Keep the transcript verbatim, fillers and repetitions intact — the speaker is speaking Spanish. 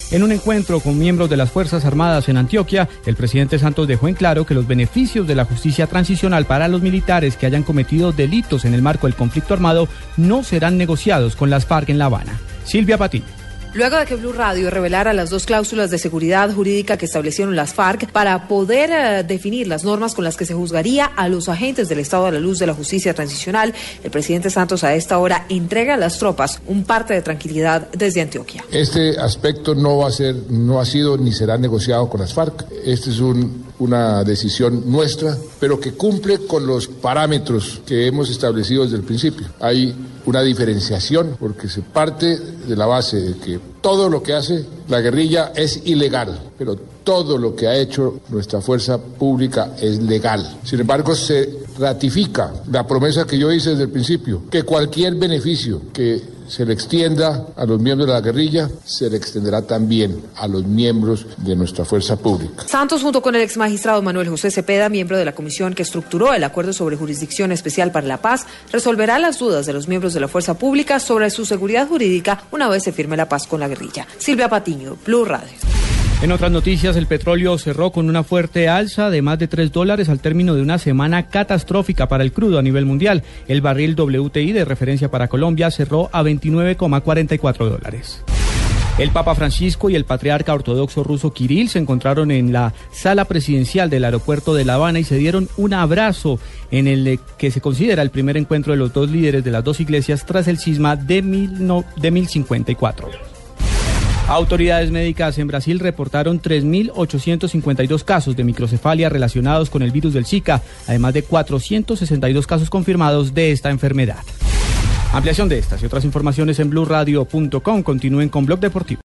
En un encuentro con miembros de las Fuerzas Armadas en Antioquia, el presidente Santos dejó en claro que los beneficios de la justicia transicional para los militares que hayan cometido delitos en el marco del conflicto armado no serán negociados con las FARC en La Habana. Silvia Patiño. Luego de que Blue Radio revelara las dos cláusulas de seguridad jurídica que establecieron las FARC para poder uh, definir las normas con las que se juzgaría a los agentes del Estado a la luz de la justicia transicional, el presidente Santos a esta hora entrega a las tropas un parte de tranquilidad desde Antioquia. Este aspecto no va a ser, no ha sido ni será negociado con las FARC. Este es un, una decisión nuestra, pero que cumple con los parámetros que hemos establecido desde el principio. Hay una diferenciación porque se parte de la base de que todo lo que hace la guerrilla es ilegal, pero todo lo que ha hecho nuestra fuerza pública es legal. Sin embargo, se ratifica la promesa que yo hice desde el principio, que cualquier beneficio que se le extienda a los miembros de la guerrilla, se le extenderá también a los miembros de nuestra fuerza pública. Santos, junto con el exmagistrado Manuel José Cepeda, miembro de la comisión que estructuró el acuerdo sobre jurisdicción especial para la paz, resolverá las dudas de los miembros de la fuerza pública sobre su seguridad jurídica una vez se firme la paz con la guerrilla. Silvia Patiño, Blue Radio. En otras noticias, el petróleo cerró con una fuerte alza de más de tres dólares al término de una semana catastrófica para el crudo a nivel mundial. El barril W T I de referencia para Colombia cerró a veintinueve coma cuarenta y cuatro dólares. El Papa Francisco y el patriarca ortodoxo ruso Kirill se encontraron en la sala presidencial del aeropuerto de La Habana y se dieron un abrazo en el que se considera el primer encuentro de los dos líderes de las dos iglesias tras el cisma de, mil, no, de mil cincuenta y cuatro. Autoridades médicas en Brasil reportaron tres mil ochocientos cincuenta y dos casos de microcefalia relacionados con el virus del Zika, además de cuatrocientos sesenta y dos casos confirmados de esta enfermedad. Ampliación de estas y otras informaciones en blue radio punto com. Continúen con Blog Deportivo.